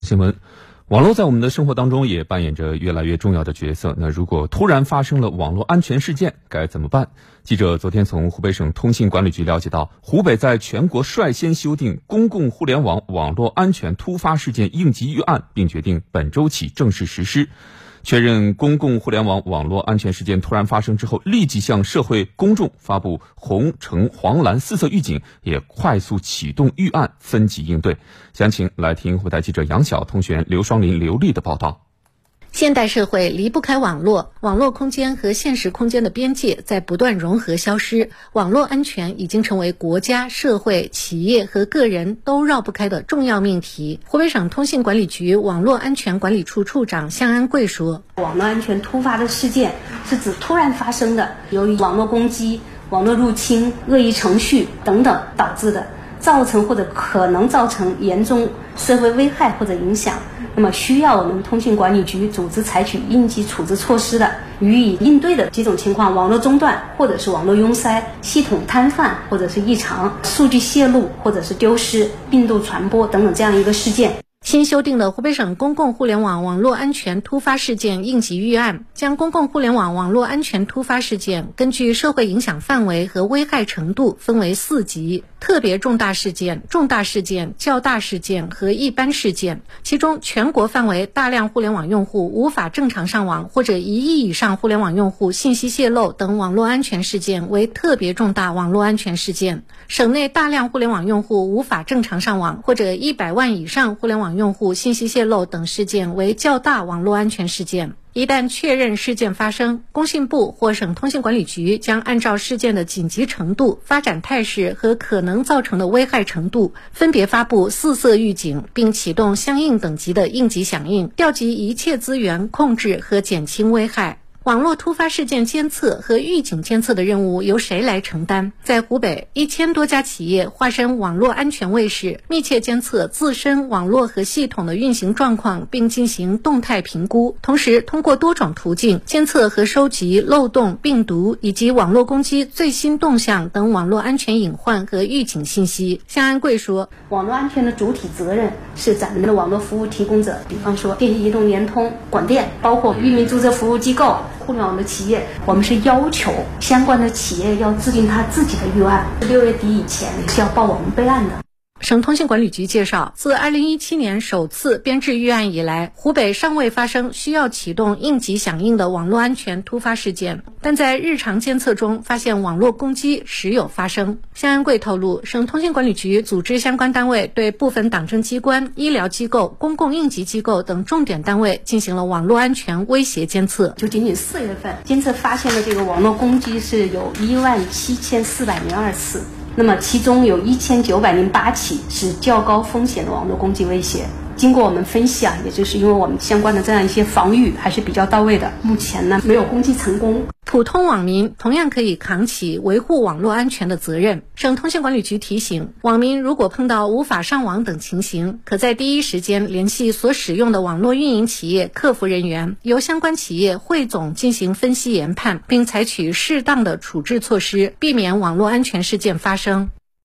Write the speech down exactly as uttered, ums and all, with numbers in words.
新闻，网络在我们的生活当中也扮演着越来越重要的角色。那如果突然发生了网络安全事件，该怎么办？记者昨天从湖北省通信管理局了解到，湖北在全国率先修订《公共互联网网络安全突发事件应急预案》，并决定本周起正式实施。确认公共互联网网络安全事件突然发生之后，立即向社会公众发布红、橙、黄、蓝四色预警，也快速启动预案，分级应对。详情来听湖台记者杨晓、通讯员刘双林、刘丽的报道。 现代社会离不开网络，网络空间和现实空间的边界在不断融合消失，网络安全已经成为国家、社会、企业和个人都绕不开的重要命题。湖北省通信管理局网络安全管理处处长向安贵说， 网络安全突发的事件是指突然发生的，由于网络攻击、网络入侵、恶意程序等等导致的，造成或者可能造成严重社会危害或者影响，那么需要我们通信管理局组织采取应急处置措施的，予以应对的几种情况：网络中断，或者是网络拥塞、系统瘫痪或者是异常、数据泄露或者是丢失、病毒传播等等这样一个事件。 新修订的湖北省公共互联网网络安全突发事件应急预案，将公共互联网网络安全突发事件根据社会影响范围和危害程度分为四级：特别重大事件、重大事件、较大事件和一般事件。其中，全国范围大量互联网用户无法正常上网或者一亿以上互联网用户信息泄露等网络安全事件为特别重大网络安全事件。省内大量互联网用户无法正常上网或者一百万以上互联网用户信息泄露等事件为较大网络安全事件。一旦确认事件发生，工信部或省通信管理局将按照事件的紧急程度、发展态势和可能造成的危害程度，分别发布四色预警，并启动相应等级的应急响应，调集一切资源控制和减轻危害。网络突发事件监测和预警监测的任务由谁来承担？在湖北，一千多家企业化身网络安全卫士，密切监测自身网络和系统的运行状况，并进行动态评估。同时，通过多种途径监测和收集漏洞、病毒以及网络攻击最新动向等网络安全隐患和预警信息。向安贵说， 网络安全的主体责任是咱们的网络服务提供者，比方说电信、移动、联通、广电，包括域名注册服务机构、互联网的企业，我们是要求相关的企业要制定他自己的预案，六月底以前是要报我们备案的。 省通信管理局介绍，自二零一七年首次编制预案以来，湖北尚未发生需要启动应急响应的网络安全突发事件，但在日常监测中发现网络攻击时有发生。向安贵透露，省通信管理局组织相关单位对部分党政机关、医疗机构、公共应急机构等重点单位进行了网络安全威胁监测。 就仅仅四月份，监测发现的这个网络攻击是有一万七千四百零二次。那么其中有一千九百零八起是较高风险的网络攻击威胁。经过我们分析啊，也就是因为我们相关的这样一些防御还是比较到位的，目前呢没有攻击成功。 普通网民同样可以扛起维护网络安全的责任。省通信管理局提醒，网民如果碰到无法上网等情形，可在第一时间联系所使用的网络运营企业客服人员，由相关企业汇总进行分析研判，并采取适当的处置措施，避免网络安全事件发生。